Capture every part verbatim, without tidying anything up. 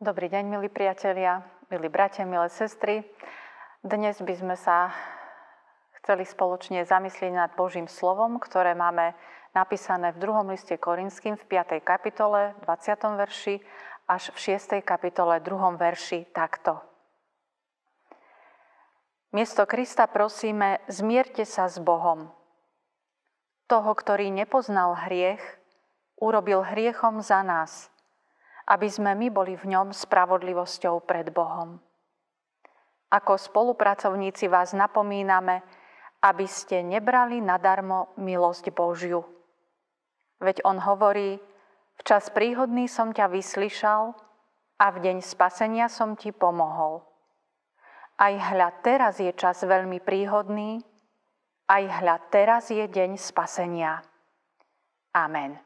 Dobrý deň, milí priatelia, milí bratia, milé sestry. Dnes by sme sa chceli spoločne zamyslieť nad Božím slovom, ktoré máme napísané v druhom liste Korinským v piatej kapitole, dvadsiatom verši až v šiestej kapitole, druhom verši takto. Miesto Krista prosíme, zmierte sa s Bohom. Toho, ktorý nepoznal hriech, urobil hriechom za nás, aby sme my boli v ňom spravodlivosťou pred Bohom. Ako spolupracovníci vás napomíname, aby ste nebrali nadarmo milosť Božiu. Veď on hovorí, v čas príhodný som ťa vyslyšal a v deň spasenia som ti pomohol. Aj hľa teraz je čas veľmi príhodný, aj hľa teraz je deň spasenia. Amen.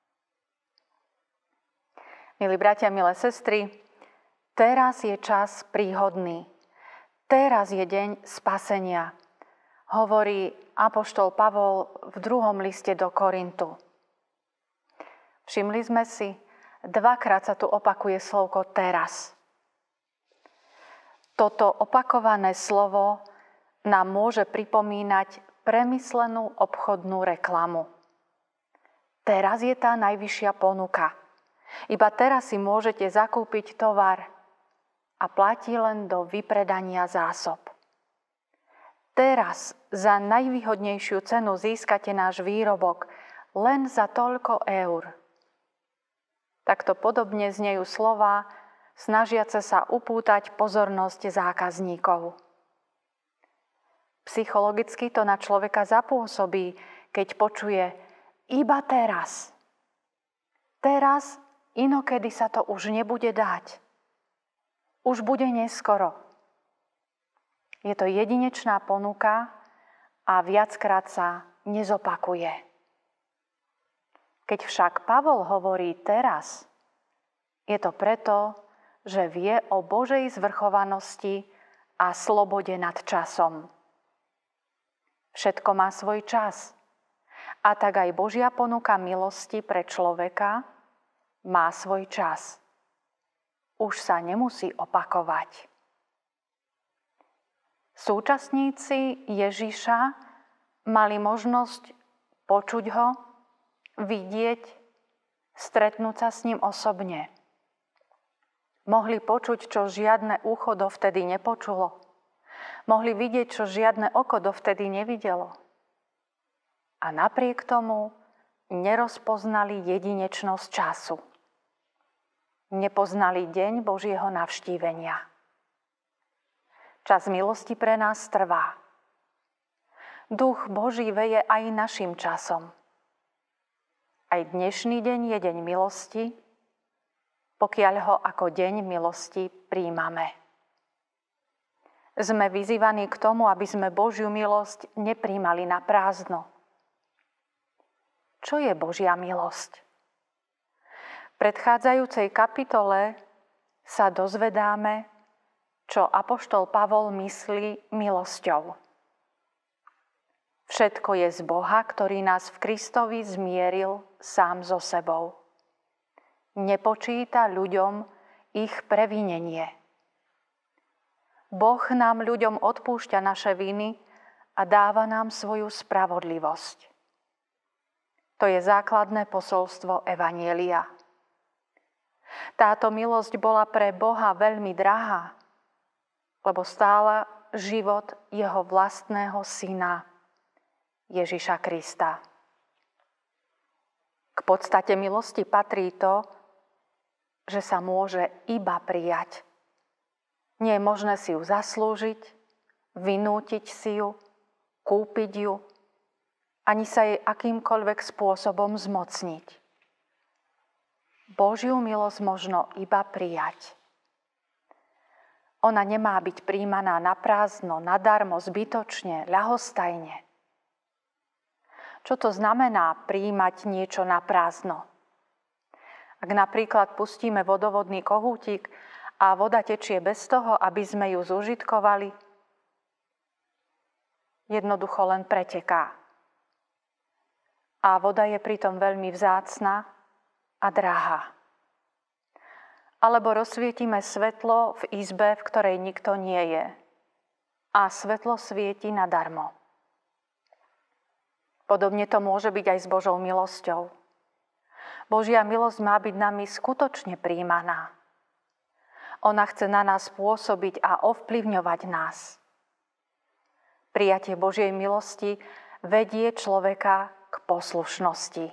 Milí bratia, milé sestry, teraz je čas príhodný. Teraz je deň spasenia, hovorí apoštol Pavol v druhom liste do Korintu. Všimli sme si, dvakrát sa tu opakuje slovko teraz. Toto opakované slovo nám môže pripomínať premyslenú obchodnú reklamu. Teraz je tá najvyššia ponuka. Iba teraz si môžete zakúpiť tovar a platí len do vypredania zásob. Teraz za najvýhodnejšiu cenu získate náš výrobok len za toľko eur. Takto podobne znejú slová, snažiace sa upútať pozornosť zákazníkov. Psychologicky to na človeka zapôsobí, keď počuje iba teraz. Teraz inokedy sa to už nebude dať. Už bude neskoro. Je to jedinečná ponuka a viackrát sa nezopakuje. Keď však Pavol hovorí teraz, je to preto, že vie o Božej zvrchovanosti a slobode nad časom. Všetko má svoj čas. A tak aj Božia ponuka milosti pre človeka má svoj čas. Už sa nemusí opakovať. Súčasníci Ježiša mali možnosť počuť ho, vidieť, stretnúť sa s ním osobne. Mohli počuť, čo žiadne ucho dovtedy nepočulo. Mohli vidieť, čo žiadne oko dovtedy nevidelo. A napriek tomu nerozpoznali jedinečnosť času. Nepoznali deň Božieho navštívenia. Čas milosti pre nás trvá. Duch Boží veje aj našim časom. Aj dnešný deň je deň milosti, pokiaľ ho ako deň milosti príjmame. Sme vyzývaní k tomu, aby sme Božiu milosť nepríjmali na prázdno. Čo je Božia milosť? V predchádzajúcej kapitole sa dozvedáme, čo apoštol Pavol myslí milosťou. Všetko je z Boha, ktorý nás v Kristovi zmieril sám so sebou. Nepočíta ľuďom ich previnenie. Boh nám ľuďom odpúšťa naše viny a dáva nám svoju spravodlivosť. To je základné posolstvo Evanjelia. Táto milosť bola pre Boha veľmi drahá, lebo stála život jeho vlastného syna, Ježiša Krista. K podstate milosti patrí to, že sa môže iba prijať. Nie je možné si ju zaslúžiť, vynútiť si ju, kúpiť ju, ani sa jej akýmkoľvek spôsobom zmocniť. Božiu milosť možno iba prijať. Ona nemá byť prijímaná na prázdno, nadarmo, zbytočne, ľahostajne. Čo to znamená prijímať niečo na prázdno? Ak napríklad pustíme vodovodný kohútik a voda tečie bez toho, aby sme ju zužitkovali, jednoducho len preteká. A voda je pritom veľmi vzácna a drahá. alebo rozsvietime svetlo v izbe, v ktorej nikto nie je. A svetlo svieti nadarmo. Podobne to môže byť aj s Božou milosťou. Božia milosť má byť nami skutočne prijímaná. Ona chce na nás pôsobiť a ovplyvňovať nás. Prijatie Božej milosti vedie človeka k poslušnosti.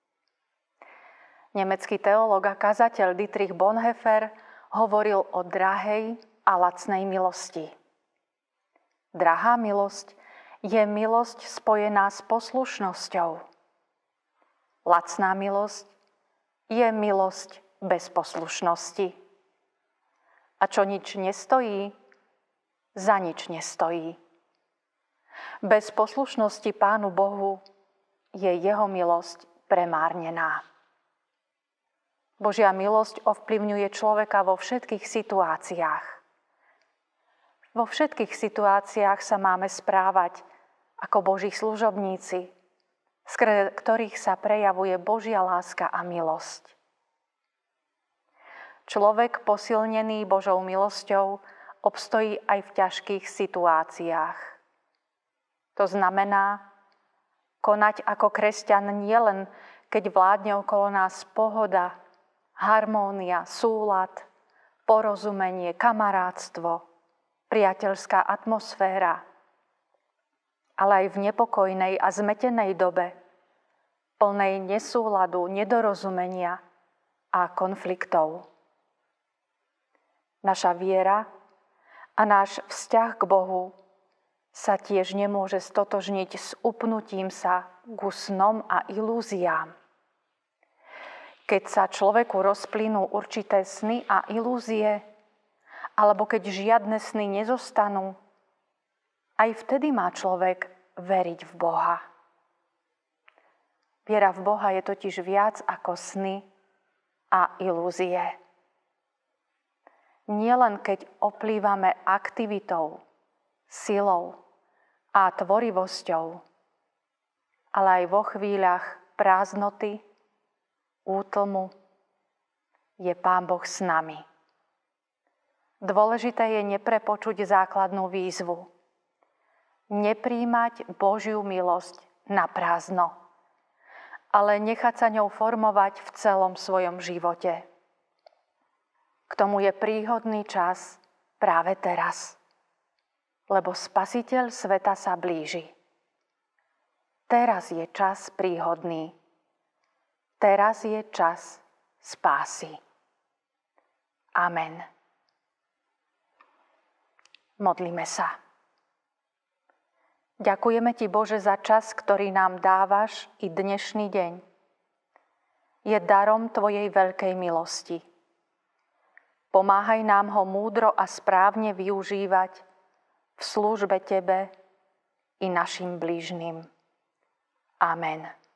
Nemecký teológ a kazateľ Dietrich Bonhoeffer hovoril o drahej a lacnej milosti. Drahá milosť je milosť spojená s poslušnosťou. Lacná milosť je milosť bez poslušnosti. A čo nič nestojí, za nič nestojí. Bez poslušnosti Pánu Bohu je jeho milosť premárnená. Božia milosť ovplyvňuje človeka vo všetkých situáciách. Vo všetkých situáciách sa máme správať ako Boží služobníci, skrze ktorých sa prejavuje Božia láska a milosť. Človek posilnený Božou milosťou obstojí aj v ťažkých situáciách. To znamená konať ako kresťan nielen, keď vládne okolo nás pohoda, harmónia, súlad, porozumenie, kamarátstvo, priateľská atmosféra, ale aj v nepokojnej a zmetenej dobe, plnej nesúladu, nedorozumenia a konfliktov. Naša viera a náš vzťah k Bohu sa tiež nemôže stotožniť s upnutím sa ku snom a ilúziám. Keď sa človeku rozplynú určité sny a ilúzie, alebo keď žiadne sny nezostanú, aj vtedy má človek veriť v Boha. Viera v Boha je totiž viac ako sny a ilúzie. Nielen keď oplývame aktivitou, silou a tvorivosťou, ale aj vo chvíľach prázdnoty, útlmu je Pán Boh s nami. Dôležité je neprepočuť základnú výzvu. Nepríjmať Božiu milosť na prázdno, ale nechať sa ňou formovať v celom svojom živote. K tomu je príhodný čas práve teraz, lebo Spasiteľ sveta sa blíži. Teraz je čas príhodný. Teraz je čas spásy. Amen. Modlíme sa. Ďakujeme Ti, Bože, za čas, ktorý nám dávaš i dnešný deň. Je darom Tvojej veľkej milosti. Pomáhaj nám ho múdro a správne využívať v službe Tebe i našim blížnym. Amen.